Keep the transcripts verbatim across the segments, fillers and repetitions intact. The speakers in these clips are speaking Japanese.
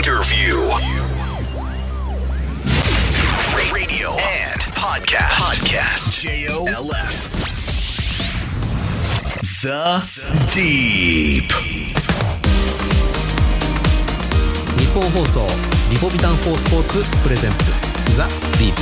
Interview Radio and Podcast Podcast ジェイオーエルエフ The Deep 日本放送リポビタンフォースポーツプレゼンツ The Deep。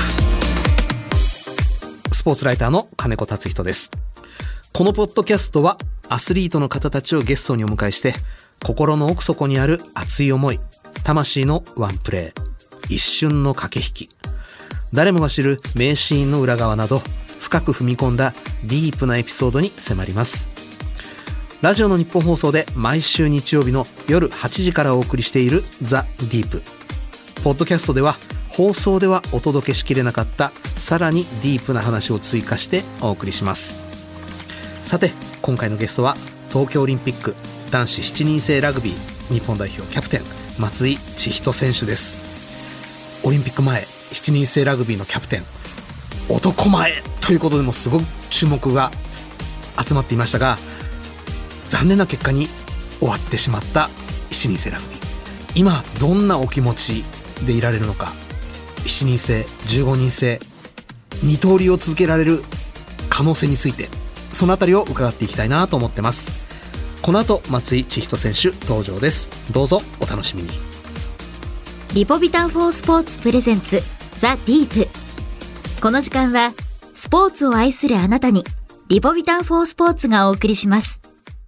スポーツライターの金子達人です。このポッドキャストはアスリートの方たちをゲストにお迎えして、心の奥底にある熱い思い、魂のワンプレー、一瞬の駆け引き、誰もが知る名シーンの裏側など、深く踏み込んだディープなエピソードに迫ります。ラジオの日本放送で毎週日曜日の夜はちじからお送りしているザ・ディープ。ポッドキャストでは放送ではお届けしきれなかったさらにディープな話を追加してお送りします。さて、今回のゲストは東京オリンピック男子しちにん制ラグビー日本代表キャプテン松井千人選手です。オリンピック前しちにん制ラグビーのキャプテン、男前ということでもすごく注目が集まっていましたが、残念な結果に終わってしまったしちにん制ラグビー。今どんなお気持ちでいられるのか、しちにん制、じゅうごにん制、二刀流を続けられる可能性について、そのあたりを伺っていきたいなと思ってます。この後松井千人選手登場です。どうぞお楽しみに。 リポビタンフォースポーツプレゼンツザ・ディープ。この時間はスポーツを愛するあなたにリポビタンフォースポーツがお送りします。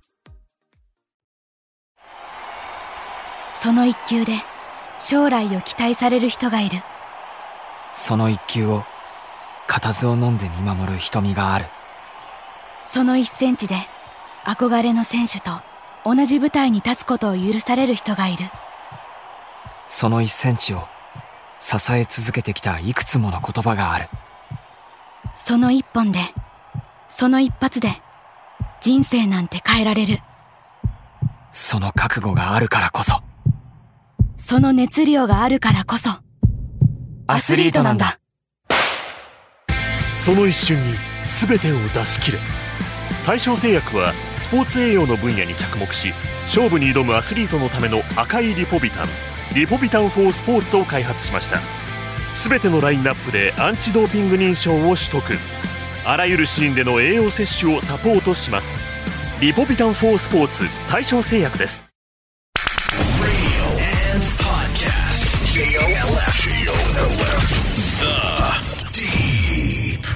その一球で将来を期待される人がいる。 その一球を固唾を飲んで見守る瞳がある。 その一センチで憧れの選手と同じ舞台に立つことを許される人がいる。 その一センチを支え続けてきたいくつもの言葉がある。 その一本で、その一発で人生なんて変えられる。 その覚悟があるからこそ、 その熱量があるからこそアスリートなんだ。 その一瞬に全てを出し切れ。大正製薬はスポーツ栄養の分野に着目し、勝負に挑むアスリートのための赤いリポビタン、リポビタンフォースポーツを開発しました。全てのラインナップでアンチドーピング認証を取得。あらゆるシーンでの栄養摂取をサポートします。リポビタンフォースポーツ、大正製薬です。 ジェイオーエルエフ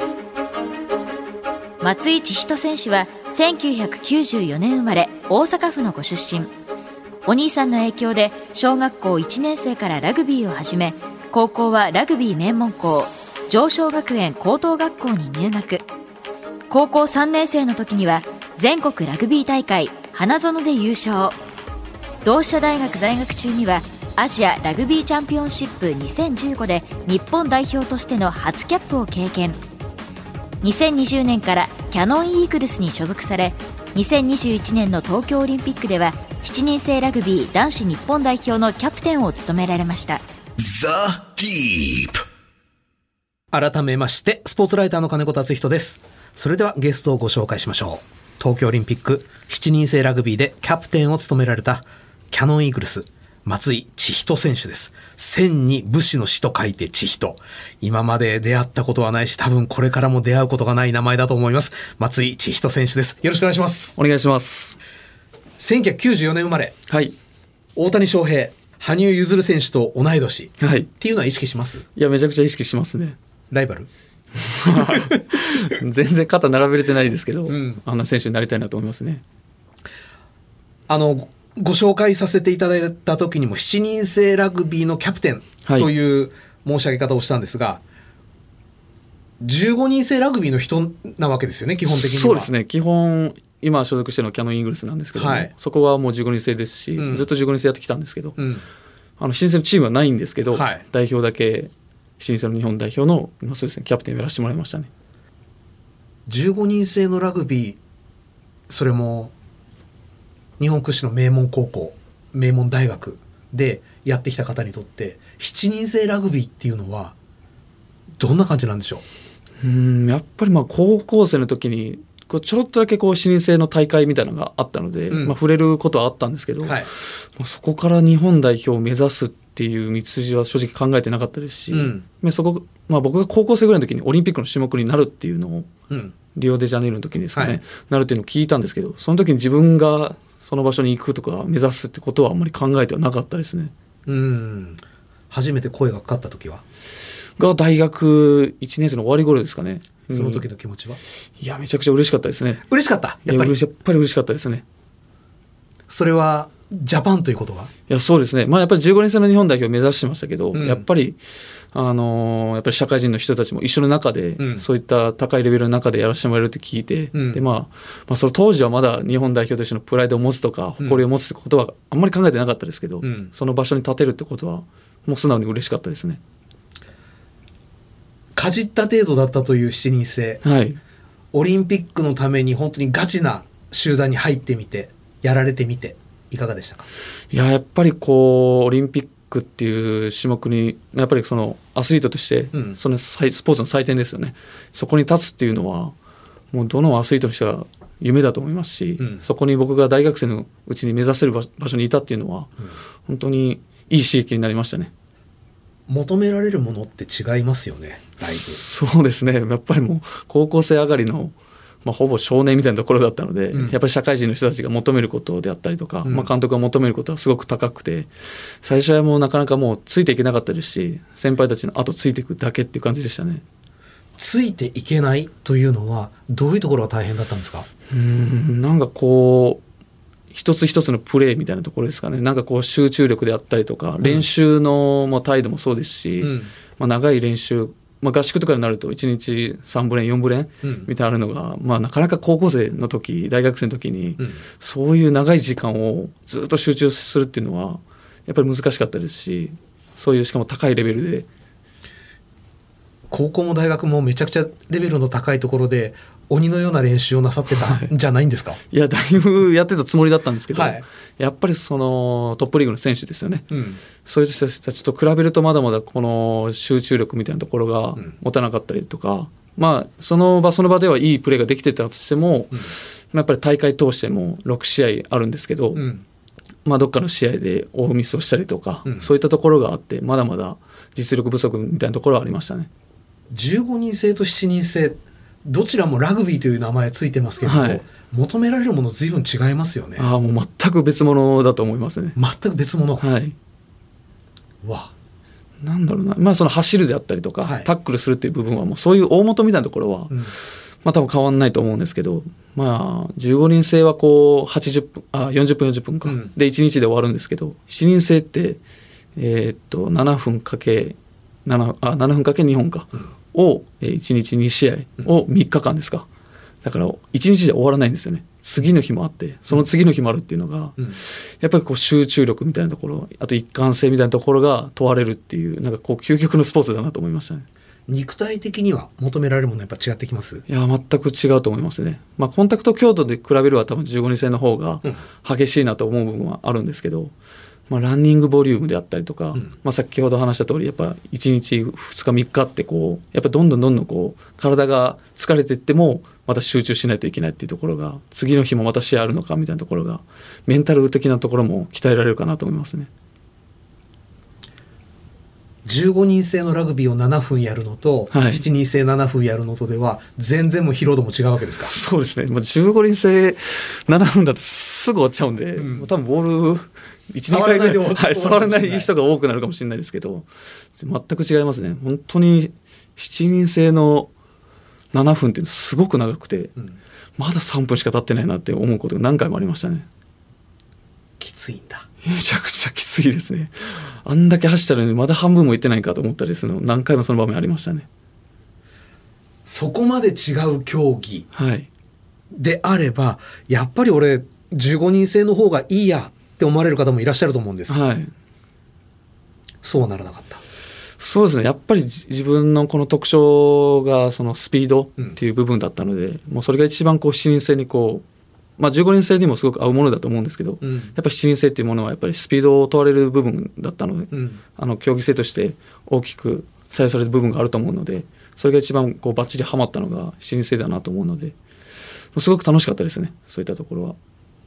松井千人選手はせんきゅうひゃくきゅうじゅうよねん生まれ、大阪府のご出身。お兄さんの影響で小学校いちねん生からラグビーを始め、高校はラグビー名門校常勝学園高等学校に入学。高校さんねん生の時には全国ラグビー大会花園で優勝。同志社大学在学中にはアジアラグビーチャンピオンシップにせんじゅうごで日本代表としての初キャップを経験。にせんにじゅうねんからキャノンイーグルスに所属され、にせんにじゅういちねんの東京オリンピックではしちにん制ラグビー男子日本代表のキャプテンを務められました。 The Deep。 改めましてスポーツライターの金子達人です。それではゲストをご紹介しましょう。東京オリンピックしちにん制ラグビーでキャプテンを務められたキャノンイーグルス松井千人選手です。千に武士の士と書いて千人。今まで出会ったことはないし、多分これからも出会うことがない名前だと思います。松井千人選手です。よろしくお願いします。 お願いします。 せんきゅうひゃくきゅうじゅうよねん生まれ。 はい。 大谷翔平、羽生結弦選手と同い年。 はい。 っていうのは意識します？ いや、めちゃくちゃ意識しますね。 ライバル？ 全然肩並べれてないですけど、 うん、 あんな選手になりたいなと思いますね。 あのご紹介させていただいた時にもしちにん制ラグビーのキャプテンという申し上げ方をしたんですが、はい、じゅうごにん制ラグビーの人なわけですよね、基本的には。 そうですね。基本今所属しているのはキャノンイーグルスなんですけども、はい、そこはもうじゅうごにん制ですし、うん、ずっとじゅうごにん制やってきたんですけど、うん、あのしちにん制のチームはないんですけど、はい、代表だけしちにん制の日本代表の今そうですね、キャプテンをやらせてもらいましたね。 じゅうごにん制のラグビー、それも日本屈指の名門高校、名門大学でやってきた方にとってしちにん制ラグビーっていうのはどんな感じなんでしょう？ うーんやっぱりまあ高校生の時にこうちょろっとだけこう視認性の大会みたいなのがあったので、うんまあ、触れることはあったんですけど、はい、まあ、そこから日本代表を目指すっていう道筋は正直考えてなかったですし、うんまあそこまあ、僕が高校生ぐらいの時にオリンピックの種目になるっていうのを、うん、リオデジャネイロの時にですかね、はい、なるっていうのを聞いたんですけど、その時に自分がその場所に行くとか目指すってことはあんまり考えてはなかったですね。 うん、初めて声がかかった時はが大学いちねん生の終わり頃ですかね。 その時の気持ちは、 うん、いやめちゃくちゃ嬉しかったですね。 嬉しかったやっぱりやっぱり嬉しかったですね。 それはジャパンということは、 いやそうですね、まあ、やっぱりじゅうごにん制の日本代表を目指してましたけど、うん、やっぱり、あのー、やっぱり社会人の人たちも一緒の中で、うん、そういった高いレベルの中でやらせてもらえるって聞いて、うんでまあまあ、その当時はまだ日本代表としてのプライドを持つとか誇りを持つってことはあんまり考えてなかったですけど、うん、その場所に立てるってことはもう素直に嬉しかったですね。 かじった程度だったというしちにん制、はい、オリンピックのために本当にガチな集団に入ってみてやられてみていかがでしたか。 いややっぱりこうオリンピックっていう種目にやっぱりそのアスリートとして、うん、そのスポーツの祭典ですよね。そこに立つっていうのはもうどのアスリートの人が夢だと思いますし、うん、そこに僕が大学生のうちに目指せる場所にいたっていうのは、うん、本当にいい刺激になりましたね。 求められるものって違いますよね、だいぶ。 そうですね、やっぱりもう高校生上がりの、まあ、ほぼ少年みたいなところだったので、うん、やっぱり社会人の人たちが求めることであったりとか、うんまあ、監督が求めることはすごく高くて、最初はもうなかなかもうついていけなかったですし、先輩たちの後ついていくだけっていう感じでしたね。 ついていけないというのはどういうところが大変だったんですか。 うーんなんかこう一つ一つのプレーみたいなところですかね。なんかこう集中力であったりとか、うん、練習のまあ態度もそうですし、うんまあ、長い練習、まあ、合宿とかになるといちにちさんブレンよんブレンみたいなのが、うんまあ、なかなか高校生の時大学生の時に、うん、そういう長い時間をずっと集中するっていうのはやっぱり難しかったですし、そういうしかも高いレベルで、 高校も大学もめちゃくちゃレベルの高いところで鬼のような練習をなさってたんじゃないんですか。はい、 いやだいぶやってたつもりだったんですけど、はい、やっぱりそのトップリーグの選手ですよね、うん、そういう人たちと比べるとまだまだこの集中力みたいなところが持たなかったりとか、うん、まあその場その場ではいいプレーができてたとしても、うん、やっぱり大会通してもろくしあいあるんですけど、うんまあ、どっかの試合で大ミスをしたりとか、うん、そういったところがあってまだまだ実力不足みたいなところはありましたね。 じゅうごにん制としちにん制どちらもラグビーという名前ついてますけども、はい、求められるもの随分違いますよね。 ああもう全く別物だと思いますね。 全く別物。 はいわなんだろうな、まあその走るであったりとか、はい、タックルするっていう部分はもうそういう大元みたいなところは、うん、まあ多分変わんないと思うんですけど、まあじゅうごにん制はこうはちじゅっぷんあよんじゅっぷんよんじゅっぷんか、うん、でいちにちで終わるんですけど、しちにん制ってえー、っとななふんかけななあななふんかけにほんか、うんをいちにちにしあいをみっかかんですか。だからいちにちじゃ終わらないんですよね。次の日もあってその次の日もあるっていうのが、うん、やっぱりこう集中力みたいなところ、あと一貫性みたいなところが問われるっていう、なんかこう究極のスポーツだなと思いましたね。 肉体的には求められるものはやっぱ違ってきます。 いや全く違うと思いますね。まあ、コンタクト強度で比べるは多分じゅうごにん制の方が激しいなと思う部分はあるんですけど、まあ、ランニングボリュームであったりとか、うんまあ、先ほど話した通りやっぱいちにちふつかみっかってこうやっぱどんどんどんどんこう体が疲れていってもまた集中しないといけないっていうところが、次の日もまた試合あるのかみたいなところがメンタル的なところも鍛えられるかなと思いますね。 じゅうごにん制のラグビーをななふんやるのと、はい、しちにん制ななふんやるのとでは全然もう疲労度も違うわけですか。 そうですね、まあ、じゅうごにん制ななふんだとすぐ終わっちゃうんで、うん、多分ボールいちにかいぐらいはい、触らない人が多くなるかもしれないですけど、全く違いますね。本当にしちにん制のななふんっていうのすごく長くて、うん、まださんぷんしか経ってないなって思うことが何回もありましたね。 きついんだ。 めちゃくちゃきついですね。あんだけ走ったのにまだ半分もいってないかと思ったりするの何回もその場面ありましたね。 そこまで違う競技であれば、はい、やっぱり俺じゅうごにん制の方がいいやって思われる方もいらっしゃると思うんです、はい、そうはならなかった。 そうですね、やっぱり自分のこの特徴がそのスピードっていう部分だったので、うん、もうそれが一番こうしちにん制にこう、まあ、じゅうごにん制にもすごく合うものだと思うんですけど、うん、やっぱりしちにん制っていうものはやっぱりスピードを問われる部分だったので、うん、あの競技性として大きく採用される部分があると思うので、それが一番こうバッチリハマったのがしちにん制だなと思うので、 すごく楽しかったですね、そういったところは。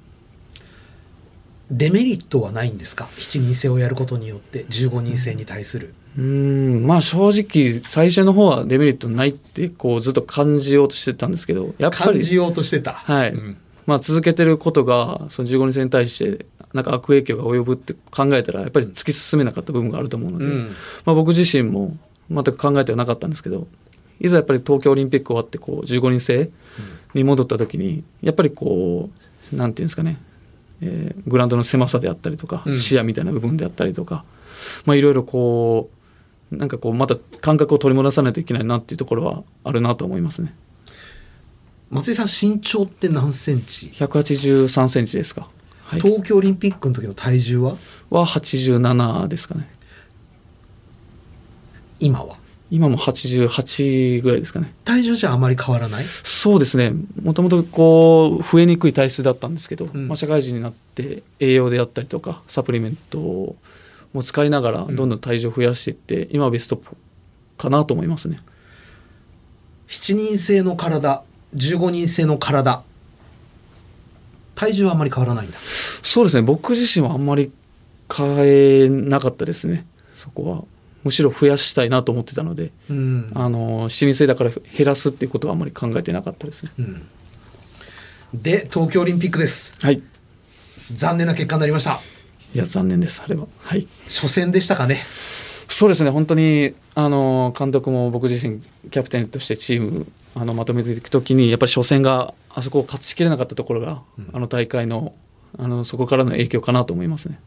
デメリットはないんですか、しちにん制をやることによってじゅうごにん制に対する。 うーんまあ正直最初の方はデメリットないってこうずっと感じようとしてたんですけど、やっぱり感じようとしてた、 はい、 うん、 まあ、続けてることがそのじゅうごにん制に対してなんか悪影響が及ぶって考えたらやっぱり突き進めなかった部分があると思うので、うんまあ、僕自身も全く考えてはなかったんですけど、いざやっぱり東京オリンピック終わってこうじゅうごにん制に戻った時にやっぱりこうなんていうんですかね、えー、グラウンドの狭さであったりとか、うん、視野みたいな部分であったりとか、まあ、いろいろこうなんかこうまた感覚を取り戻さないといけないなっていうところはあるなと思いますね。 松井さん身長って何センチ？ ひゃくはちじゅうさんセンチですか、はい、 東京オリンピックの時の体重はははちじゅうななですかね。 今は今もはちじゅうはちぐらいですかね。 体重じゃあまり変わらない？ そうですね、もともとこう増えにくい体質だったんですけど、うんまあ、社会人になって栄養であったりとかサプリメントも使いながらどんどん体重を増やしていって、うん、今はベストかなと思いますね。 しちにん制の体、じゅうごにん制の体、体重はあんまり変わらないんだ。 そうですね、僕自身はあんまり変えなかったですね。そこはむしろ増やしたいなと思ってたので、うん、あのしちにん制だから減らすっていうことはあんまり考えてなかったですね、うん、 で東京オリンピックです、 はい、 残念な結果になりました。 いや残念です、あれは、はい、 初戦でしたかね。 そうですね、本当にあの監督も僕自身キャプテンとしてチームあのまとめていくときにやっぱり初戦があそこを勝ちきれなかったところが、うん、あの大会 の, あのそこからの影響かなと思いますね。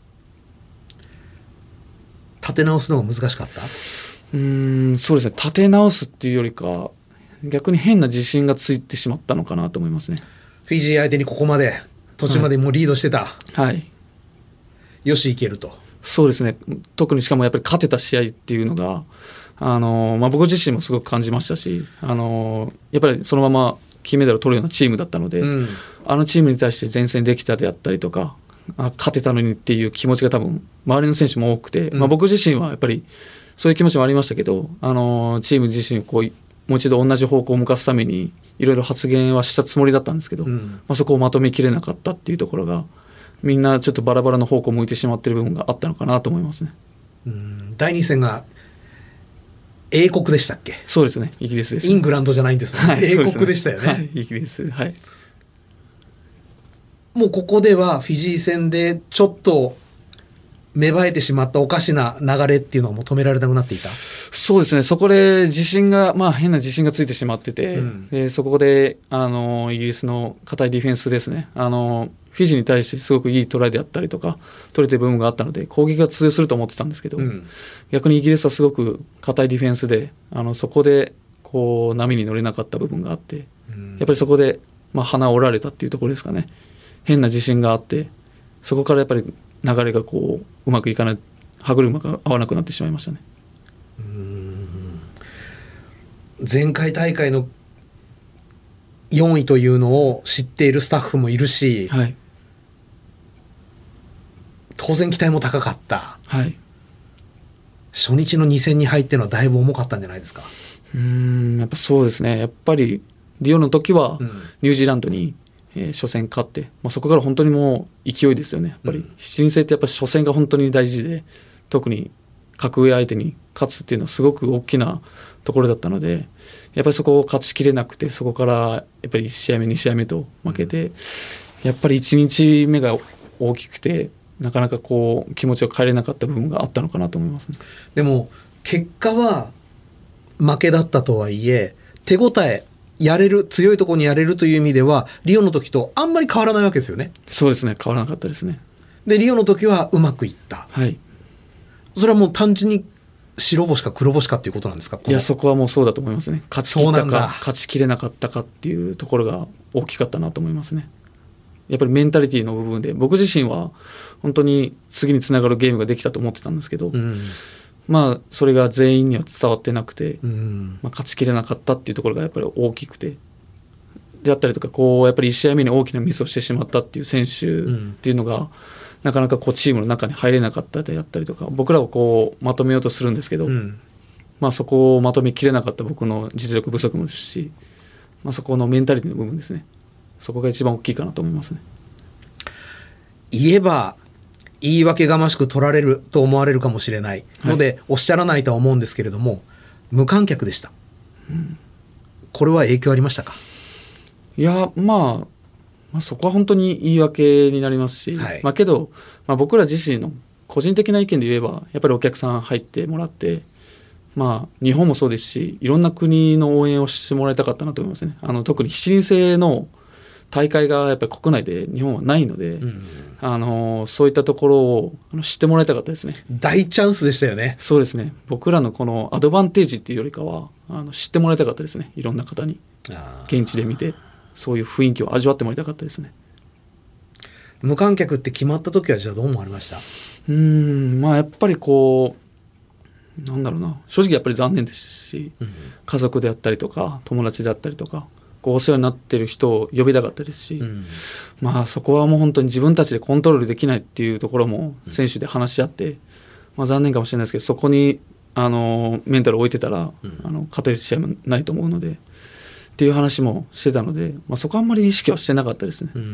立て直すのが難しかった？うーんそうですね、立て直すっていうよりか逆に変な自信がついてしまったのかなと思いますね。 フィジー相手にここまで途中までもうリードしてた、 はい、はい、 よしいけると。 そうですね、特にしかもやっぱり勝てた試合っていうのがあの、まあ、僕自身もすごく感じましたし、あのやっぱりそのまま金メダルを取るようなチームだったので、うん、あのチームに対して善戦できたであったりとか、あ勝てたのにっていう気持ちが多分周りの選手も多くて、うんまあ、僕自身はやっぱりそういう気持ちもありましたけど、あのチーム自身こうもう一度同じ方向を向かすためにいろいろ発言はしたつもりだったんですけど、うんまあ、そこをまとめきれなかったっていうところがみんなちょっとバラバラの方向を向いてしまっている部分があったのかなと思いますね。 うんだいに戦が英国でしたっけ？ そうですね、イギリスです、ね、 イングランドじゃないんですもんね、はい、英国でしたよね、 はい、イギリス、はい、 もうここではフィジー戦でちょっと芽生えてしまったおかしな流れっていうのはもう止められなくなっていた。 そうですね、そこで自信が、まあ、変な自信がついてしまってて、うん、でそこであのイギリスの堅いディフェンスですね、あのフィジーに対してすごくいいトライであったりとか取れてる部分があったので攻撃が通用すると思ってたんですけど、うん、逆にイギリスはすごく堅いディフェンスであのそこでこう波に乗れなかった部分があって、うん、やっぱりそこで、まあ、鼻を折られたっていうところですかね。変な自信があってそこからやっぱり流れがこううまくいかない、歯車が合わなくなってしまいましたね。 うーん前回大会のよんいというのを知っているスタッフもいるし、はい、当然期待も高かった、はい、初日のに戦に入ってのはだいぶ重かったんじゃないですか？ うーんやっぱそうですね、やっぱりリオの時はニュージーランドに、うんえー、初戦勝って、まあ、そこから本当にもう勢いですよね。やっぱりしちにん制ってやっぱ初戦が本当に大事で、特に格上相手に勝つっていうのはすごく大きなところだったので、やっぱりそこを勝ちきれなくて、そこからやっぱりいち試合目に試合目と負けて、うん、やっぱりいちにちめが大きくてなかなかこう気持ちを変えれなかった部分があったのかなと思いますね。 でも結果は負けだったとはいえ、手応えやれる、強いところにやれるという意味ではリオの時とあんまり変わらないわけですよね。 そうですね、変わらなかったですね。 でリオの時はうまくいった、 はい、 それはもう単純に白星か黒星かっていうことなんですか？ いやそこはもうそうだと思いますね。勝ち切ったか勝ち切れなかったかっていうところが大きかったなと思いますね。やっぱりメンタリティの部分で僕自身は本当に次につながるゲームができたと思ってたんですけど、うん、まあそれが全員には伝わってなくて、うんまあ、勝ちきれなかったっていうところがやっぱり大きくて、であったりとかこうやっぱりいち試合目に大きなミスをしてしまったっていう選手っていうのが、うん、なかなかこうチームの中に入れなかったであったりとか、僕らをこうまとめようとするんですけど、うんまあ、そこをまとめきれなかった僕の実力不足もですし、 まあ、そこのメンタリティの部分ですね。そこが一番大きいかなと思いますね。 言えば言い訳がましく取られると思われるかもしれないので、はい、おっしゃらないとは思うんですけれども、無観客でした、うん、これは影響ありましたか？ いや、まあ、まあそこは本当に言い訳になりますし、はい、まあ、けど、まあ、僕ら自身の個人的な意見で言えばやっぱりお客さん入ってもらって、まあ、日本もそうですしいろんな国の応援をしてもらいたかったなと思いますね。あの特にしちにん制の大会がやっぱり国内で日本はないので、うん、あのそういったところを知ってもらいたかったですね。 大チャンスでしたよね。 そうですね。僕らのこのアドバンテージっていうよりかはあの知ってもらいたかったですね。いろんな方に現地で見てそういう雰囲気を味わってもらいたかったですね。 無観客って決まった時はじゃあどう思われました？ うーんまあやっぱりこうなんだろうな、正直やっぱり残念ですし、うん、家族であったりとか友達であったりとかこうお世話になっている人を呼びたかったですし、うん、まあそこはもう本当に自分たちでコントロールできないっていうところも選手で話し合って、うん、まあ、残念かもしれないですけどそこにあのメンタルを置いてたら、うん、あの勝てる試合もないと思うのでっていう話もしてたので、まあ、そこはあんまり意識はしてなかったですね。うん、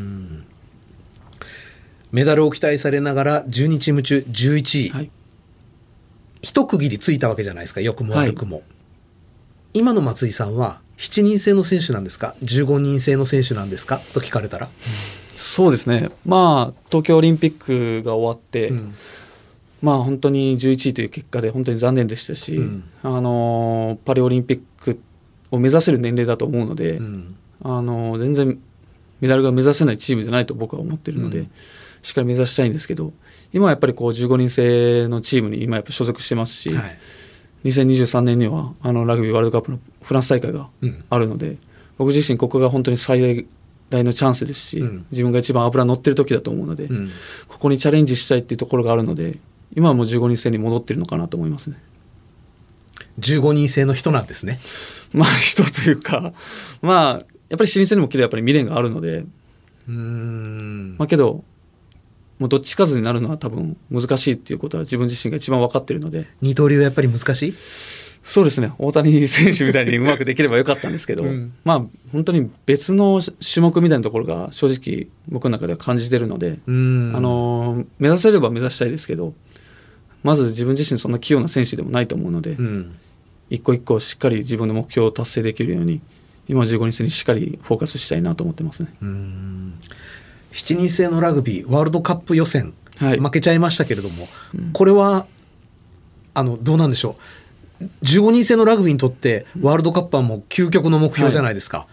メダルを期待されながらじゅうにチーム中じゅういちい、はい、一区切りついたわけじゃないですか。良くも悪くも、はい、今の松井さんはしちにん制の選手なんですかじゅうごにん制の選手なんですかと聞かれたら、うん、 そうですね、まあ東京オリンピックが終わって、うん、まあ本当にじゅういちいという結果で本当に残念でしたし、うん、あのパリオリンピックを目指せる年齢だと思うので、うん、あの全然メダルが目指せないチームじゃないと僕は思っているので、うん、しっかり目指したいんですけど、今はやっぱりこうじゅうごにん制のチームに今やっぱ所属してますし、はい、にせんにじゅうさんねんにはあのラグビーワールドカップのフランス大会があるので、うん、僕自身ここが本当に最大のチャンスですし、うん、自分が一番脂乗ってる時だと思うので、うん、ここにチャレンジしたいっていうところがあるので、今はもうじゅうごにん制に戻ってるのかなと思いますね。 じゅうごにん制の人なんですね。 まあ人というか、まあやっぱり新生にも切るやっぱり未練があるので、うーん、まあけどもうどっちかずになるのは多分難しいっていうことは自分自身が一番分かっているので。 二刀流はやっぱり難しい？ そうですね、大谷選手みたいにうまくできればよかったんですけど、うん、まあ本当に別の種目みたいなところが正直僕の中では感じてるので、うん、あの目指せれば目指したいですけど、まず自分自身そんな器用な選手でもないと思うので、うん、一個一個しっかり自分の目標を達成できるように今じゅうごにん制にしっかりフォーカスしたいなと思ってますね。うーん、 しちにん制のラグビーワールドカップ予選、はい、負けちゃいましたけれども、うん、これはあのどうなんでしょう、じゅうごにん制のラグビーにとってワールドカップはもう究極の目標じゃないですか、はい、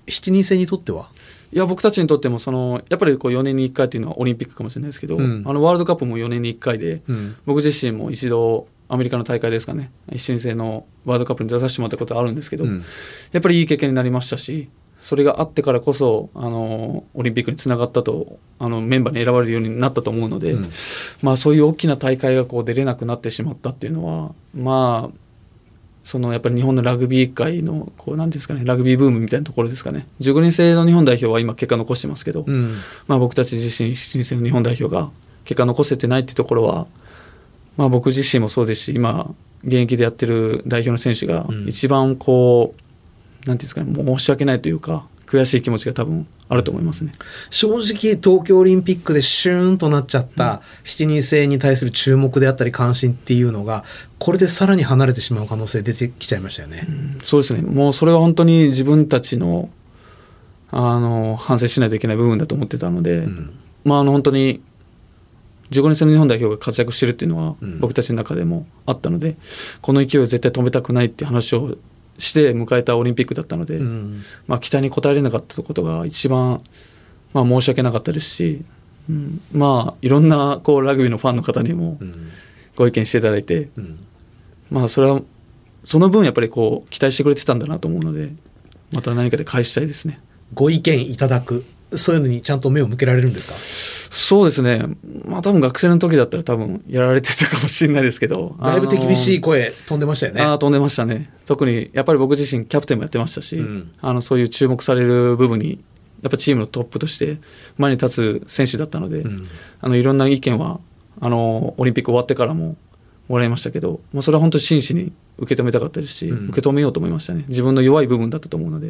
しちにん制にとっては？ いや僕たちにとってもそのやっぱりこうよねんにいっかいというのはオリンピックかもしれないですけど、うん、あのワールドカップもよねんにいっかいで、うん、僕自身も一度アメリカの大会ですかね、しちにん制のワールドカップに出させてもらったことはあるんですけど、うん、やっぱりいい経験になりましたし、それがあってからこそあのオリンピックにつながったと、あのメンバーに選ばれるようになったと思うので、うん、まあ、そういう大きな大会がこう出れなくなってしまったっていうのは、まあそのやっぱり日本のラグビー界のこうなんていうんですかね、ラグビーブームみたいなところですかね。じゅうごにん制の日本代表は今結果残してますけど、うん、まあ、僕たち自身しちにん制の日本代表が結果残せてないっていうところは、まあ、僕自身もそうですし、今現役でやってる代表の選手が一番こう、うん、なんていうんですかね、申し訳ないというか悔しい気持ちが多分あると思いますね。 正直東京オリンピックでシューンとなっちゃったしちにん制に対する注目であったり関心っていうのがこれでさらに離れてしまう可能性出てきちゃいましたよね。 うん、そうですね、もうそれは本当に自分たちの、あの反省しないといけない部分だと思ってたので、うん、まあ、あの本当にじゅうごにん制の日本代表が活躍してるっていうのは僕たちの中でもあったので、うん、この勢いを絶対止めたくないっていう話をして迎えたオリンピックだったので、うん、まあ、期待に応えれなかったことが一番、まあ、申し訳なかったですし、うん、まあいろんなこうラグビーのファンの方にもご意見していただいて、うん、まあそれはその分やっぱりこう期待してくれてたんだなと思うので、また何かで返したいですね。 ご意見いただく、そういうのにちゃんと目を向けられるんですか？ そうですね、まあ、多分学生の時だったら多分やられてたかもしれないですけど、 だいぶ手厳しい声飛んでましたよね。 あ、飛んでましたね。特にやっぱり僕自身キャプテンもやってましたし、うん、あのそういう注目される部分にやっぱチームのトップとして前に立つ選手だったので、うん、あのいろんな意見はあのオリンピック終わってからももらいましたけど、まあ、それは本当に真摯に受け止めたかったですし、うん、受け止めようと思いましたね。自分の弱い部分だったと思うので、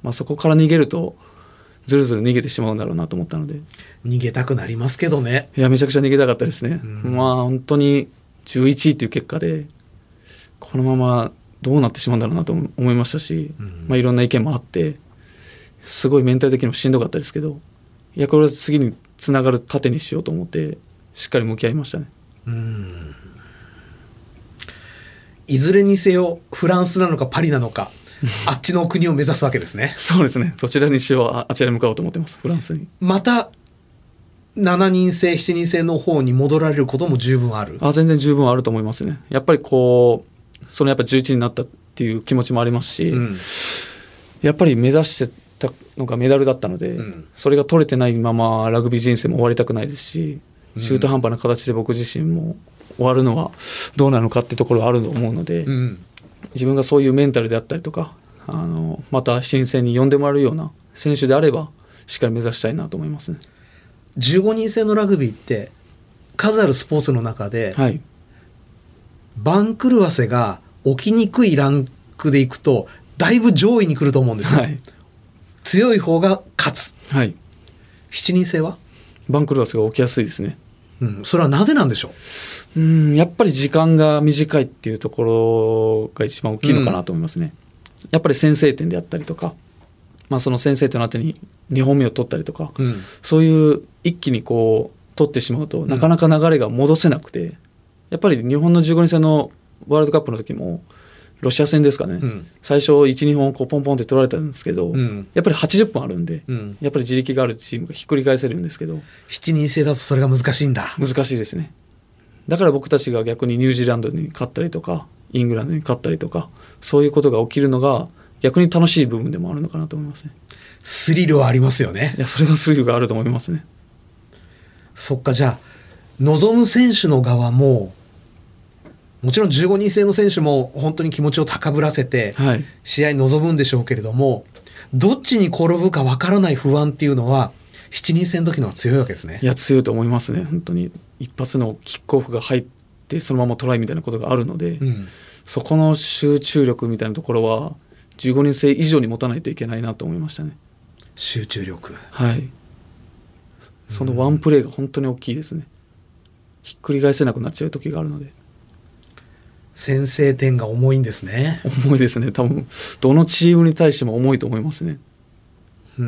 まあ、そこから逃げるとずるずる逃げてしまうんだろうなと思ったので。 逃げたくなりますけどね。 いやめちゃくちゃ逃げたかったですね、うん、まあ本当にじゅういちいという結果でこのままどうなってしまうんだろうなと思いましたし、うん、まあ、いろんな意見もあってすごいメンタル的にもしんどかったですけど、いやこれは次につながる盾にしようと思ってしっかり向き合いましたね。 うん、いずれにせよフランスなのかパリなのかあっちの国を目指すわけですね。 そうですね、どちらにしよう あ, あちらに向かおうと思ってます。フランスにまたしちにん制しちにん制の方に戻られることも十分ある。 あ全然十分あると思いますね。やっぱりこうそのやっぱじゅういちになったっていう気持ちもありますし、うん、やっぱり目指してたのがメダルだったので、うん、それが取れてないままラグビー人生も終わりたくないですし、うん、中途半端な形で僕自身も終わるのはどうなのかっていうところはあると思うので、うん、自分がそういうメンタルであったりとかあのまたしちにん制に呼んでもらえるような選手であればしっかり目指したいなと思いますね。 じゅうごにん制のラグビーって数あるスポーツの中で、はい、番狂わせが起きにくいランクでいくとだいぶ上位に来ると思うんですよ、はい、強い方が勝つ、はい、しちにん制は番狂わせが起きやすいですね、 うん、それはなぜなんでしょう。うんやっぱり時間が短いっていうところが一番大きいのかなと思いますね、うん、やっぱり先制点であったりとか、まあ、その先制点の後ににほんめを取ったりとか、うん、そういう一気にこう取ってしまうとなかなか流れが戻せなくて、うん、やっぱり日本のじゅうごにん制のワールドカップの時もロシア戦ですかね、うん、最初 いち,に 本こうポンポンって取られたんですけど、うん、やっぱりはちじゅっぷんあるんで、うん、やっぱり自力があるチームがひっくり返せるんですけど、 しちにん制だとそれが難しいんだ。 難しいですね。だから僕たちが逆にニュージーランドに勝ったりとかイングランドに勝ったりとかそういうことが起きるのが逆に楽しい部分でもあるのかなと思いますね。 スリルはありますよね。 いやそれがスリルがあると思いますね。 そっか、じゃあ望む選手の側ももちろんじゅうごにん制の選手も本当に気持ちを高ぶらせて試合に臨むんでしょうけれども、はい、どっちに転ぶかわからない不安っていうのはしちにん制の時の方が強いわけですね。 いや強いと思いますね。本当に一発のキックオフが入ってそのままトライみたいなことがあるので、うん、そこの集中力みたいなところはじゅうごにん制以上に持たないといけないなと思いましたね。 集中力、 はい、そのワンプレーが本当に大きいですね。ひっくり返せなくなっちゃう時があるので。 先制点が重いんですね。 重いですね。多分どのチームに対しても重いと思いますね。うん。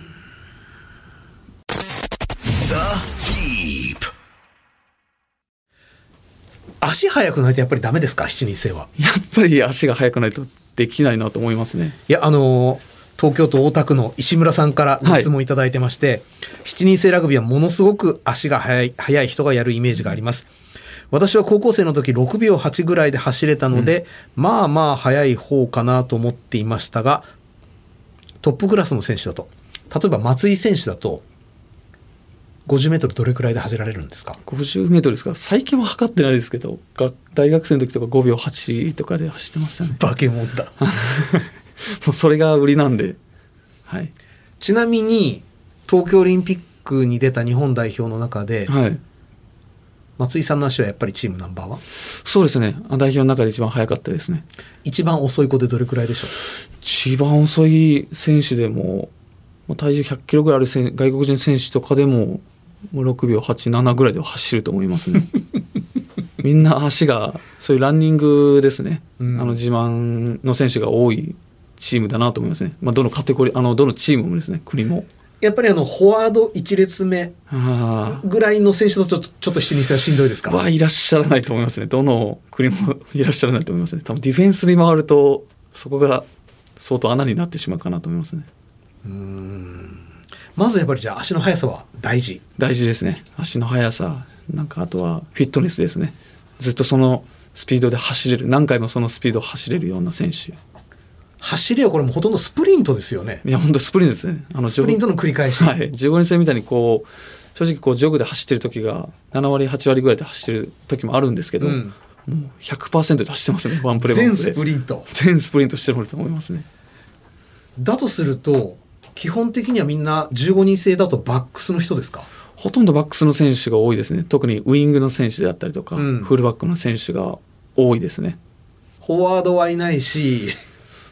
足速くないとやっぱりダメですか、しちにん制は。 やっぱり足が速くないとできないなと思いますね。 いやあの東京都大田区の石村さんからご質問いただいてまして、はい、しちにん制ラグビーはものすごく足が速い、速い人がやるイメージがあります。私は高校生の時ろくびょうはちぐらいで走れたので、うん、まあまあ速い方かなと思っていましたが、トップクラスの選手だと、例えば松井選手だとごじゅうメートルどれくらいで走られるんですか。 ごじゅうメートルですか。最近は測ってないですけど、大学生の時とかごびょうはちとかで走ってましたね。 バケモンだもうそれが売りなんで、はい、 ちなみに東京オリンピックに出た日本代表の中で、はい、松井さんの足はやっぱりチームナンバーは。 そうですね、代表の中で一番速かったですね。 一番遅い子でどれくらいでしょう。 一番遅い選手でも体重ひゃっキロぐらいある外国人選手とかでももうろくびょうはち、ななぐらいでは走ると思いますねみんな足がそういうランニングですね、うん、あの自慢の選手が多いチームだなと思いますね。まあ、どのカテゴリー、あのどのチームもですね、国もやっぱりあのフォワードいち列目ぐらいの選手だとちょっと、ちょっとしちにん制はしんどいですか。 はいらっしゃらないと思いますね。どの国もいらっしゃらないと思いますね。多分ディフェンスに回るとそこが相当穴になってしまうかなと思いますね。 うーん、まずやっぱりじゃあ足の速さは大事大事ですね。足の速さ、なんかあとはフィットネスですね。ずっとそのスピードで走れる、何回もそのスピードを走れるような選手。 走りはこれもほとんどスプリントですよね。 いや本当スプリントですね。あのスプリントの繰り返し、 はい、じゅうごにん制みたいにこう正直こうジョグで走ってる時がななわりはちわりぐらいで走ってる時もあるんですけど、うん、もう ひゃくパーセント で走ってますね。ワンプレーワンプレー全スプリント全スプリントしてると思いますね。 だとすると基本的にはみんなじゅうごにん制だとバックスの人ですか。 ほとんどバックスの選手が多いですね。特にウイングの選手であったりとか、うん、フルバックの選手が多いですね。 フォワードはいないし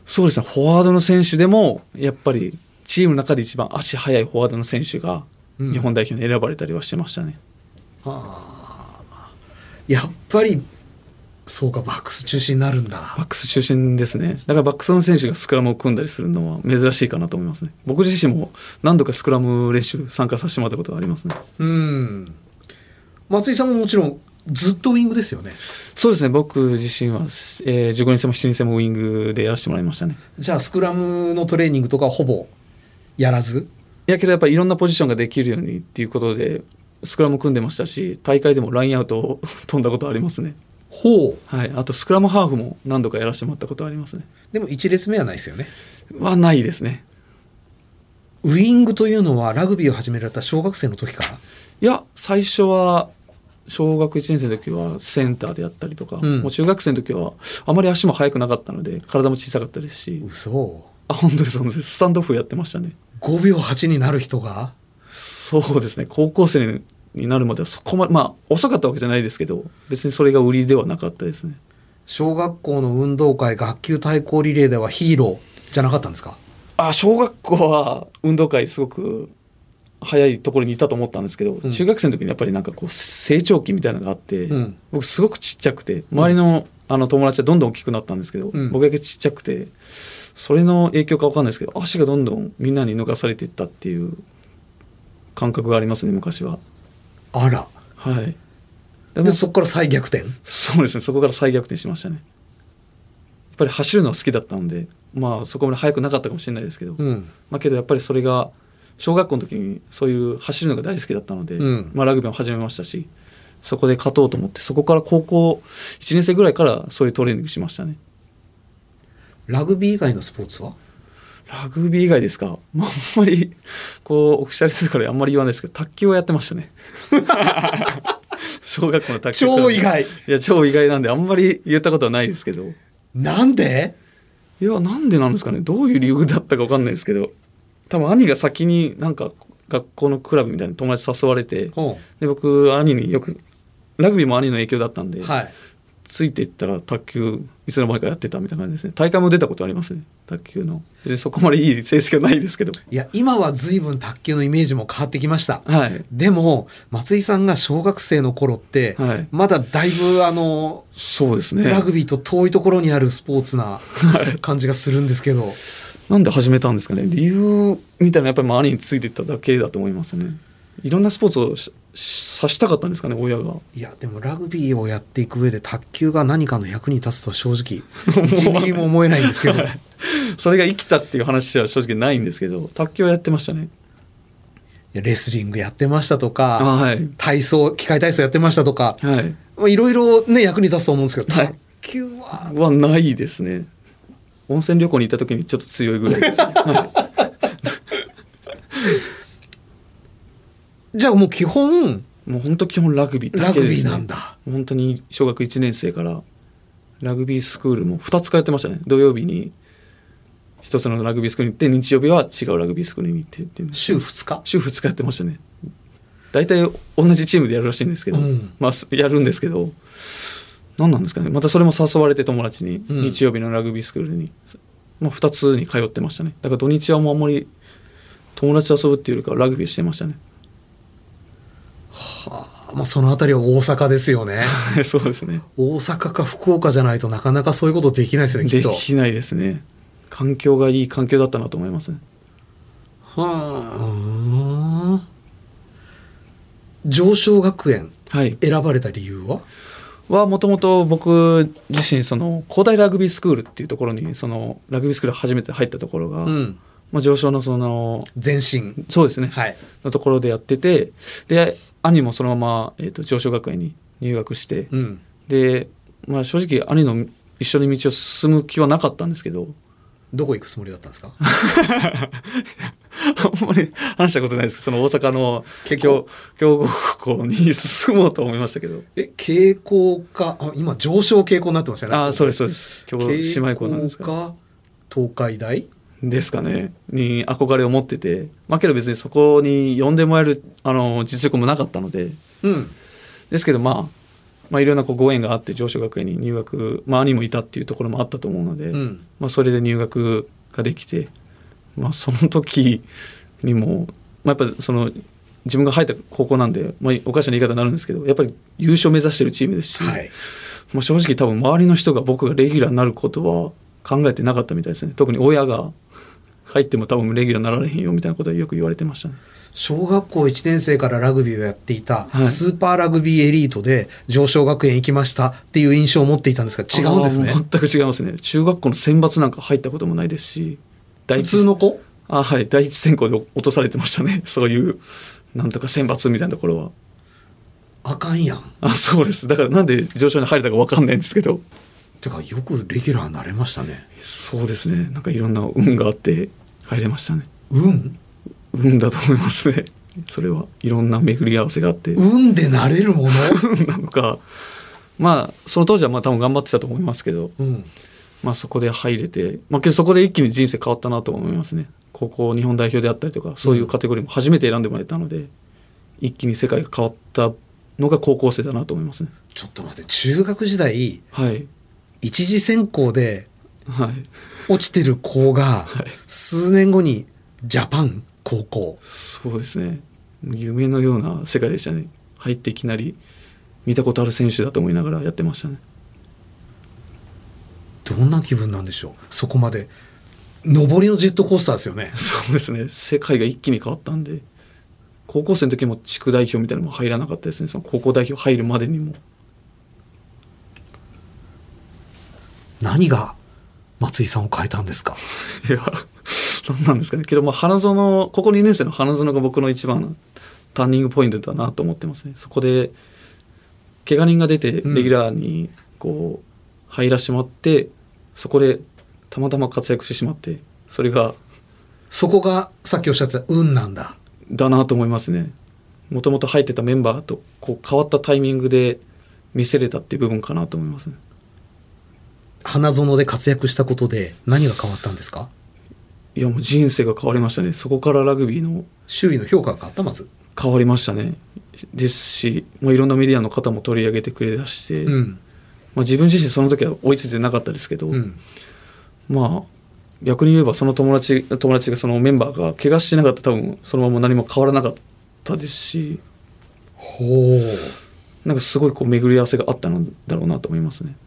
そうですね、フォワードの選手でもやっぱりチームの中で一番足速いフォワードの選手が日本代表に選ばれたりはしてましたね、 うん、はあ、やっぱりそうか、バックス中心になるんだ。 バックス中心ですね。だからバックスの選手がスクラムを組んだりするのは珍しいかなと思いますね。僕自身も何度かスクラム練習参加させてもらったことがありますね。 うん。松井さんももちろんずっとウィングですよね。 そうですね、僕自身は、えー、じゅうごにん制もしちにん制もウィングでやらせてもらいましたね。 じゃあスクラムのトレーニングとかはほぼやらず？ いやけどやっぱりいろんなポジションができるようにっていうことでスクラム組んでましたし、大会でもラインアウトを飛んだことありますね。 ほう、 はい、あとスクラムハーフも何度かやらせてもらったことありますね。 でも一列目はないですよね。 はないですね。 ウイングというのはラグビーを始められた小学生の時から？ いや、最初は小学いちねん生の時はセンターでやったりとか、うん、もう中学生の時はあまり足も速くなかったので体も小さかったですし。 嘘？ あ、本当です本当です。スタンドオフやってましたね。 ごびょうはちになる人が？ そうですね、高校生になるまではそこまで、まあ遅かったわけじゃないですけど別にそれが売りではなかったですね。 小学校の運動会学級対抗リレーではヒーローじゃなかったんですか？ あ、小学校は運動会すごく早いところにいたと思ったんですけど、うん、中学生の時にやっぱりなんかこう成長期みたいなのがあって、うん、僕すごくちっちゃくて周りの、あの友達はどんどん大きくなったんですけど、うん、僕だけちっちゃくてそれの影響か分かんないですけど足がどんどんみんなに抜かされていったっていう感覚がありますね昔は。 あら、 はい。 で, でそこから再逆転？ そうですね、そこから再逆転しましたね。やっぱり走るのは好きだったので、まあそこまで速くなかったかもしれないですけど、うん、まあけどやっぱりそれが小学校の時にそういう走るのが大好きだったので、うん、まあラグビーも始めましたし、そこで勝とうと思ってそこから高校いちねん生ぐらいからそういうトレーニングしましたね。 ラグビー以外のスポーツは？ ラグビー以外ですか、まあ、あんまりこうオフィシャルですからあんまり言わないですけど卓球をやってましたね小学校の卓球。 超意外。 いや超意外なんであんまり言ったことはないですけど。 なんで？いやなんでなんですかね、どういう理由だったか分かんないですけど多分兄が先になんか学校のクラブみたいな友達誘われて、で僕兄によくラグビーも兄の影響だったんで、はい、ついていったら卓球いつの間にかやってたみたいな感じですね。大会も出たことありますね、卓球の。別にそこまでいい成績はないですけど。 いや今は随分卓球のイメージも変わってきました、 はい、 でも松井さんが小学生の頃って、はい、まだだいぶあのそうですね、 ラグビーと遠いところにあるスポーツな感じがするんですけど、はい、 なんで始めたんですかね。理由みたいなやっぱり兄についていっただけだと思いますね。いろんなスポーツをさしたかったんですかね親が。 いやでもラグビーをやっていく上で卓球が何かの役に立つとは正直いちミリも思えないんですけどそれが生きたっていう話は正直ないんですけど卓球はやってましたね。 いやレスリングやってましたとか、 はい、 体操機械体操やってましたとか、はい、いろいろね役に立つと思うんですけど、はい、卓球ははないですね。温泉旅行に行った時にちょっと強いぐらいです、ねはい、 じゃあもう基本もう本当基本ラグビーだけですね。 ラグビーなんだ。 本当に小学いちねん生からラグビースクールもふたつ通ってましたね。土曜日に一つのラグビースクールに行って日曜日は違うラグビースクールに行ってっていう週ふつか週ふつかやってましたね。大体同じチームでやるらしいんですけど、うん、まあやるんですけど何なんですかね。またそれも誘われて友達に、うん、日曜日のラグビースクールに、まあ、ふたつに通ってましたね。だから土日はもうあんまり友達と遊ぶっていうよりかはラグビーしてましたね。 はあ、まあ、そのあたりは大阪ですよねそうですね。 大阪か福岡じゃないとなかなかそういうことできないですよねきっと。 できないですね。環境がいい環境だったなと思いますね。 はあ。常翔学園選ばれた理由は？ はもともと僕自身その高大ラグビースクールっていうところにそのラグビースクール初めて入ったところが、うんまあ、常翔のその前身そうですね、 はい、 のところでやっててで兄もそのまま、えー、と常翔学園に入学して、うん、で、まあ、正直兄の一緒に道を進む気はなかったんですけど。 どこ行くつもりだったんですか？ あんまり話したことないですけどその大阪の強豪校に進もうと思いましたけど。 え傾向かあ今上昇傾向になってましたね。 あそうですそうです。強姉妹校なんですか。 か東海大ですかねに憧れを持ってて、まあけど別にそこに呼んでもらえるあの実力もなかったので、うん、ですけどまあまあ、いろんなこうご縁があって上昇学園に入学、まあ、兄もいたっていうところもあったと思うので、うん、まあ、それで入学ができて、まあ、その時にも、まあ、やっぱりその自分が入った高校なんで、まあ、おかしな言い方になるんですけどやっぱり優勝目指してるチームですし、はい、まあ、正直多分周りの人が僕がレギュラーになることは考えてなかったみたいですね。特に親が入っても多分レギュラーになられへんよみたいなことはよく言われてましたね。 小学校いちねん生からラグビーをやっていたスーパーラグビーエリートで上昇学園行きましたっていう印象を持っていたんですが、違うんですね。 全く違いますね。中学校の選抜なんか入ったこともないですし、 普通の子あ、はい、第一選考で落とされてましたね。そういうなんとか選抜みたいなところはあかんやん。 あ、そうです。だからなんで上昇に入れたか分かんないんですけど、 てかよくレギュラーになれましたね。 そうですね。なんかいろんな運があって入れましたね。 運運だと思いますね。それはいろんな巡り合わせがあって運でなれるものなのか、まあその当時はまあ多分頑張ってたと思いますけど、うん、まあそこで入れて、まあ、けどそこで一気に人生変わったなと思いますね。高校日本代表であったりとかそういうカテゴリーも初めて選んでもらえたので、うん、一気に世界が変わったのが高校生だなと思いますね。 ちょっと待って、中学時代、 はい、 一次選考で落ちてる子が数年後にジャパン高校、 そうですね。夢のような世界でしたね。入っていきなり見たことある選手だと思いながらやってましたね。 どんな気分なんでしょう。そこまで上りのジェットコースターですよね。 そうですね。世界が一気に変わったんで、高校生の時も地区代表みたいなのも入らなかったですね。その高校代表入るまでにも。 何が松井さんを変えたんですか。 いや、何なんですかね。けど、まあ花園、ここにねん生の花園が僕の一番のターニングポイントだなと思ってますね。そこで怪我人が出てレギュラーにこう入らしてもらって、うん、そこでたまたま活躍してしまって、それがそこがさっきおっしゃってた運なんだだなと思いますね。もともと入ってたメンバーとこう変わったタイミングで見せれたっていう部分かなと思いますね。 花園で活躍したことで何が変わったんですか。 いや、もう人生が変わりましたね。そこからラグビーの周囲の評価が変わった。まず変わりましたね。ですし、まあ、いろんなメディアの方も取り上げてくれだして、うん、まあ、自分自身その時は追いついてなかったですけど、うん、まあ逆に言えばその友達友達がそのメンバーが怪我してなかったら多分そのまま何も変わらなかったですし、 ほう、 なんかすごいこう巡り合わせがあったのだろうなと思いますね。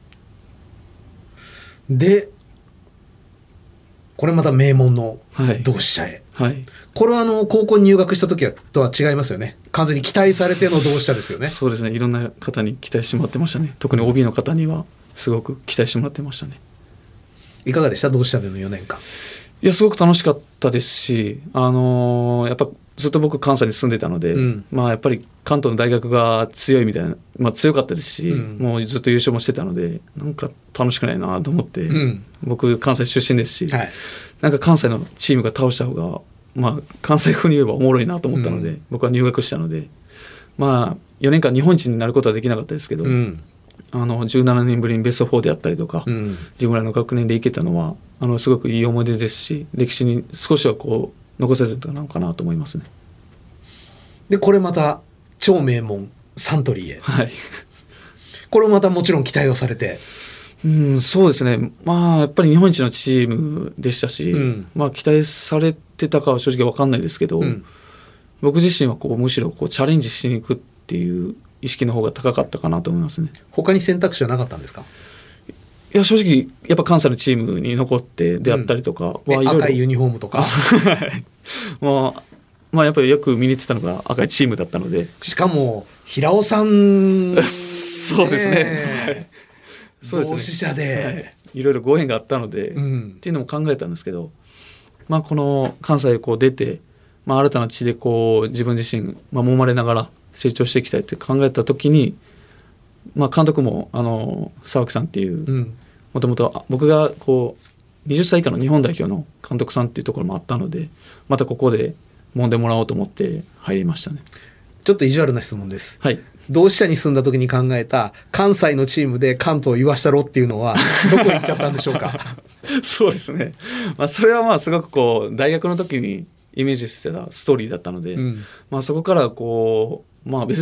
でこれまた名門の同志社へ、 はいはい、 これはあの高校に入学した時はとは違いますよね。完全に期待されての同志社ですよね。 そうですね。いろんな方に期待してもらってましたね。特に オービー の方にはすごく期待してもらってましたね。 いかがでした同志社でのよねんかん。 いや、すごく楽しかったですし、あのー、やっぱずっと僕関西に住んでたので、うん、まあやっぱり関東の大学が強いみたいな、まあ、強かったですし、うん、もうずっと優勝もしてたのでなんか楽しくないなと思って、うん、僕関西出身ですし、はい、なんか関西のチームが倒した方が、まあ、関西風に言えばおもろいなと思ったので、うん、僕は入学したので、まあよねんかん日本一になることはできなかったですけど、うん、あのじゅうななねんぶりにベストフォーであったりとか、うん、自分らの学年で行けたのはあのすごくいい思い出ですし、歴史に少しはこう残せてたのかなと思いますね。 でこれまた超名門サントリーへ、 はい、 これもまたもちろん期待をされて、 うん、そうですね。まあやっぱり日本一のチームでしたし、うん、まあ期待されてたかは正直分かんないですけど、うん、僕自身はこうむしろこうチャレンジしに行くっていう意識の方が高かったかなと思いますね。 他に選択肢はなかったんですか。 いや、正直やっぱ関西のチームに残ってであったりとかは、 うん、赤いユニフォームとかまあまあ、やっぱりよく見に行ってたのが赤いチームだったので、 しかも平尾さん、ね、 そうですね、 そうですね、同志社で、 はい、いろいろご縁があったので、うん、っていうのも考えたんですけど、まあ、この関西をこう出て、まあ、新たな地でこう自分自身、まあ、揉まれながら成長していきたいって考えた時に、まあ、監督もあの沢木さんっていうもともと僕がこうにじゅっさい以下の日本代表の監督さんっていうところもあったので、またここで揉んでもらおうと思って入りましたね。 ちょっと意地悪な質問です、 はい、 同志社に住んだ時に考えた関西のチームで関東を言わしたろっていうのはどこ行っちゃったんでしょうか。 そうですね、まあ、それはまあすごくこう大学の時にイメージしてたストーリーだったので、うん、まあ、そこからこう、まあ、別に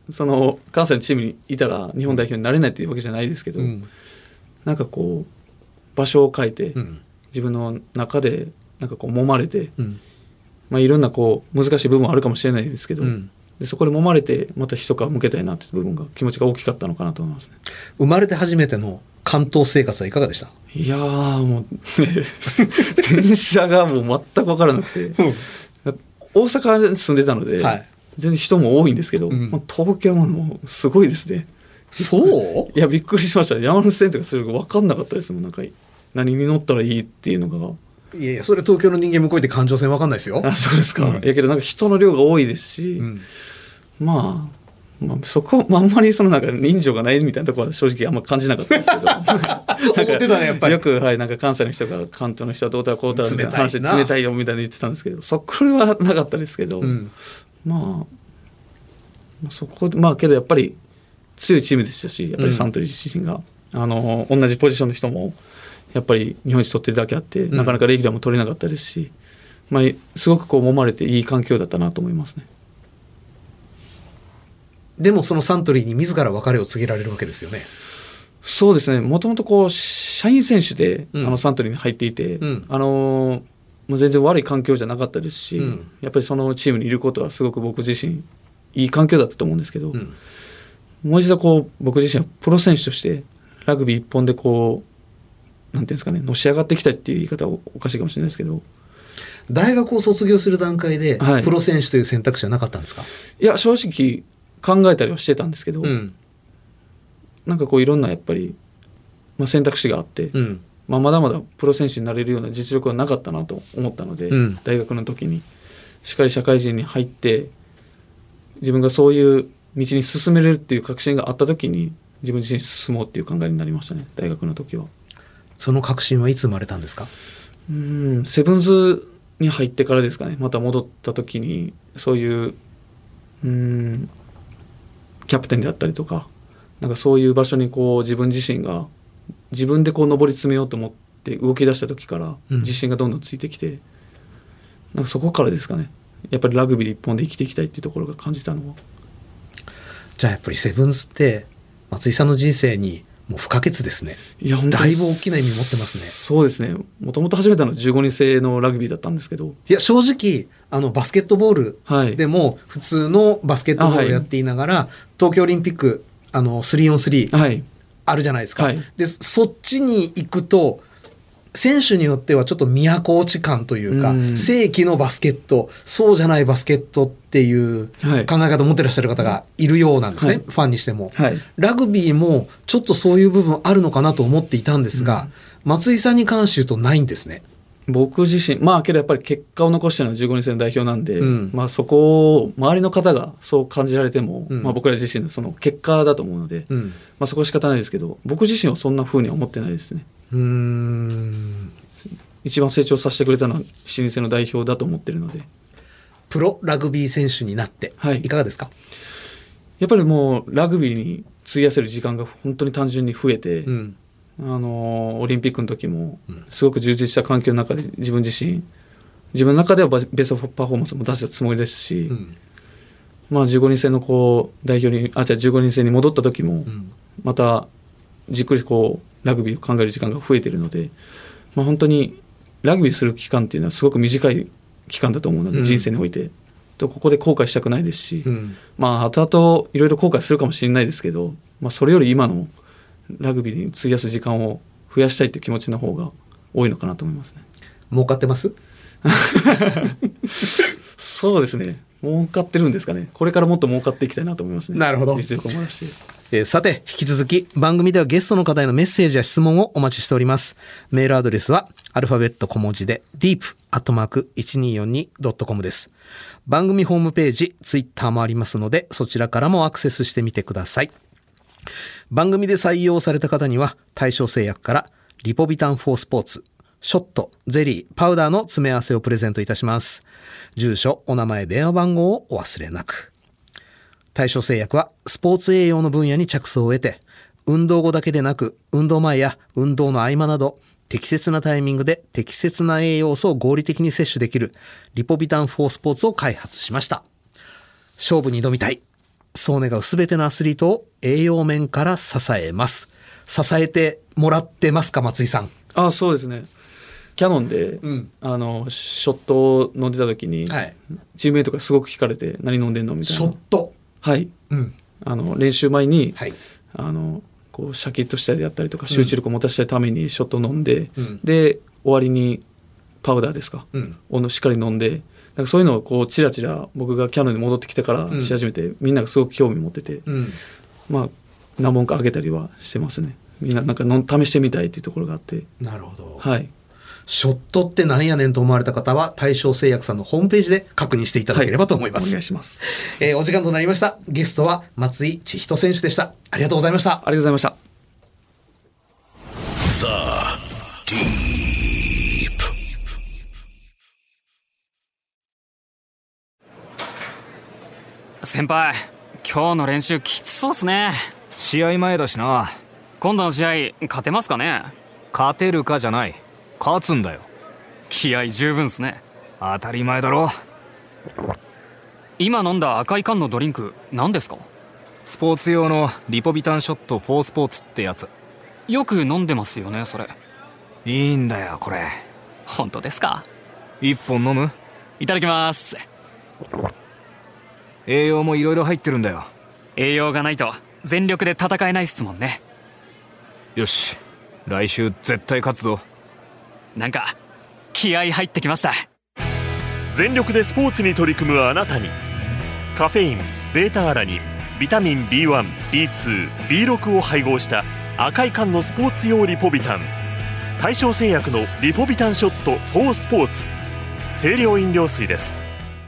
その関西のチームにいたら日本代表になれないっていうわけじゃないですけど、うん、なんかこう場所を変えて、うん、自分の中でなんかこう揉まれて、うんまあ、いろんなこう難しい部分はあるかもしれないですけど、うん、でそこで揉まれてまた一皮むけたいなっていう部分が気持ちが大きかったのかなと思いますね。 生まれて初めての関東生活はいかがでした？ いやーもう電車がもう全く分からなくて、うん、大阪に住んでたので、はい、全然人も多いんですけど、うんまあ、東京はもうすごいですね。 そういやびっくりしました。山手線とかそれが分かんなかったですもん。なんか何に乗ったらいいっていうのが。 いやいやそれ東京の人間向こうで環状線分かんないですよ。 あそうですか、うん、いやけどなんか人の量が多いですし、うん、まあ、まあそこ、まあ、あんまりそのなんか人情がないみたいなところは正直あんま感じなかったんですけどなんか思ってたねやっぱりよく、はい、なんか関西の人が関東の人はどうたらこうたらみたいな話で冷たいよみたいな言ってたんですけどそこはなかったですけど、うん、まあそこでまあけどやっぱり強いチームでしたしやっぱりサントリー自身が、うん、あの同じポジションの人もやっぱり日本一取ってるだけあって、うん、なかなかレギュラーも取れなかったですし、まあ、すごくこう揉まれていい環境だったなと思いますね。 でもそのサントリーに自ら別れを告げられるわけですよね。 そうですね。もともとこう社員選手で、うん、あのサントリーに入っていて、うん、あのもう全然悪い環境じゃなかったですし、うん、やっぱりそのチームにいることはすごく僕自身いい環境だったと思うんですけど、うん、もう一度こう僕自身はプロ選手としてラグビー一本でこうなんていうんですかね、のし上がってきたっていう言い方はおかしいかもしれないですけど、 大学を卒業する段階でプロ選手という選択肢はなかったんですか？ はい、いや正直考えたりはしてたんですけど、うん、なんかこういろんなやっぱり、まあ、選択肢があって、うんまあ、まだまだプロ選手になれるような実力はなかったなと思ったので、うん、大学の時にしっかり社会人に入って自分がそういう道に進めれるっていう確信があった時に自分自身進もうっていう考えになりましたね。大学の時は。 その確信はいつ生まれたんですか？ うーんセブンズに入ってからですかね。また戻った時にそういう、うーんキャプテンであったりとか、なんかそういう場所にこう自分自身が自分でこう上り詰めようと思って動き出した時から自信がどんどんついてきて、うん、なんかそこからですかね。やっぱりラグビー一本で生きていきたいっていうところが感じたのは。 じゃあやっぱりセブンズって松井さんの人生にもう不可欠ですね。いや本当だいぶ大きな意味持ってますね。 そうですね。もともと始めたのはじゅうごにん制のラグビーだったんですけど、 いや正直あのバスケットボールでも普通のバスケットボールをやっていながら、はい、東京オリンピックあの スリーオンスリー あるじゃないですか、はい、でそっちに行くと選手によってはちょっと都落ち感というか、うん、正規のバスケットそうじゃないバスケットっていう考え方を持ってらっしゃる方がいるようなんですね、はい、ファンにしても、はい、ラグビーもちょっとそういう部分あるのかなと思っていたんですが、うん、松井さんに関して言うとないんですね。 僕自身まあけどやっぱり結果を残してるのはじゅうごにん制の代表なんで、うん、まあ、そこを周りの方がそう感じられても、うんまあ、僕ら自身のその結果だと思うので、うんまあ、そこは仕方ないですけど僕自身はそんな風には思ってないですね。うーん一番成長させてくれたのはななにん制の代表だと思ってるので。 プロラグビー選手になっていかがですか？はい、 やっぱりもうラグビーに費やせる時間が本当に単純に増えて、うんあのオリンピックの時もすごく充実した環境の中で自分自身自分の中ではベストパフォーマンスも出したつもりですし、うん、まあじゅうごにん制のこう代表にあじゃあじゅうごにん制に戻った時もまたじっくりこうラグビーを考える時間が増えているので、まあ、本当にラグビーする期間っていうのはすごく短い期間だと思うので、うん、人生においてとここで後悔したくないですし、うん、まあ後々いろいろ後悔するかもしれないですけど、まあ、それより今のラグビーに費やす時間を増やしたいという気持ちの方が多いのかなと思いますね。 儲かってます？ そうですね。儲かってるんですかね。これからもっと儲かっていきたいなと思いますね。 なるほど。 実力をもらして、 えー、さて引き続き番組ではゲストの方へのメッセージや質問をお待ちしております。メールアドレスはアルファベット小文字で ディープ アットマーク いちにーよんに ドットコム です。番組ホームページ、ツイッターもありますのでそちらからもアクセスしてみてください。番組で採用された方には大正製薬からリポビタンフォースポーツショット、ゼリー、パウダーの詰め合わせをプレゼントいたします。住所、お名前、電話番号をお忘れなく。大正製薬はスポーツ栄養の分野に着想を得て、運動後だけでなく運動前や運動の合間など適切なタイミングで適切な栄養素を合理的に摂取できるリポビタンフォースポーツを開発しました。勝負に挑みたい。 そう願うすべてのアスリートを栄養面から支えます。支えてもらってますか、松井さん。 あ、そうですね。キャノンで、うん、あのショットを飲んでた時に、はい、チームメイトがすごく聞かれて、何飲んでんのみたいな。 ショット、 はい、うん、あの練習前に、はい、あのこうシャキッとしたりだったりとか集中力を持たせたいためにショットを飲んで、うん、で終わりにパウダーですか、うん、をしっかり飲んで、なんかそういうのをこうチラチラ僕がキャノンに戻ってきてからし始めて、うん、みんながすごく興味持ってて、うん、まあ何本かあげたりはしてますね。みんななんかの試してみたいっていうところがあって。 なるほど、 はい。 ショットってなんやねんと思われた方は大正製薬さんのホームページで確認していただければと思います、 はい、お願いします。 えー、お時間となりました。ゲストは松井千人選手でした。ありがとうございました。 ありがとうございました。 The Deep。 先輩、今日の練習きつそうっすね。 試合前だしな。 今度の試合勝てますかね。 勝てるかじゃない、勝つんだよ。 気合十分っすね。 当たり前だろ。 今飲んだ赤い缶のドリンク何ですか。 スポーツ用のリポビタンショットフォースポーツってやつ。 よく飲んでますよねそれ。 いいんだよこれ。 本当ですか。 一本飲む？ いただきます。 栄養もいろいろ入ってるんだよ。 栄養がないと全力で戦えないっすもんね。 よし、来週絶対勝つぞ。 なんか気合入ってきました。 全力でスポーツに取り組むあなたに、カフェイン、ベータアラニン、ビタミン ビーワン、ビーツー、ビーシックス を配合した赤い缶のスポーツ用リポビタン。大正製薬のリポビタンショットフォースポーツ、清涼飲料水です。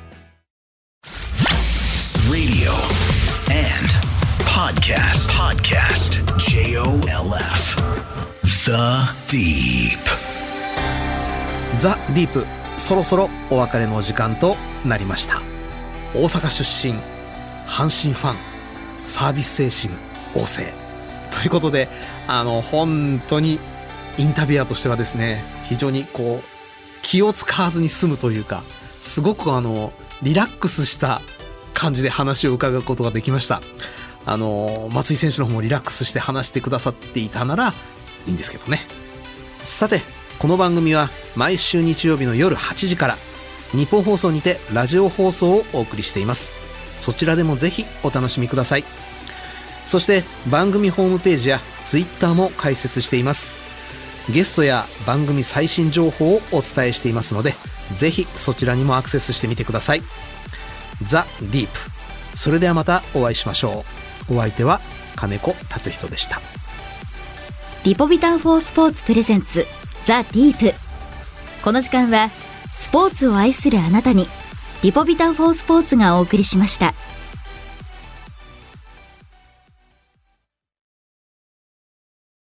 Radio and Podcast Podcast ジェイオーエルエフ The Deep。 ザ・ディープ、そろそろお別れの時間となりました。大阪出身、阪神ファン、サービス精神旺盛ということで、あの本当にインタビュアーとしてはですね、非常にこう気を使わずに済むというか、すごくあのリラックスした感じで話を伺うことができました。あの松井選手の方もリラックスして話してくださっていたならいいんですけどね。さて、この番組は毎週日曜日の夜はちじから日本放送にてラジオ放送をお送りしています。そちらでもぜひお楽しみください。そして番組ホームページやツイッターも開設しています。ゲストや番組最新情報をお伝えしていますので、ぜひそちらにもアクセスしてみてください。ザ・ディープ。それではまたお会いしましょう。お相手は金子達人でした。 リポビタンフォースポーツプレゼンツザ・ディープ。この時間はスポーツを愛するあなたにリポビタンフォースポーツがお送りしました。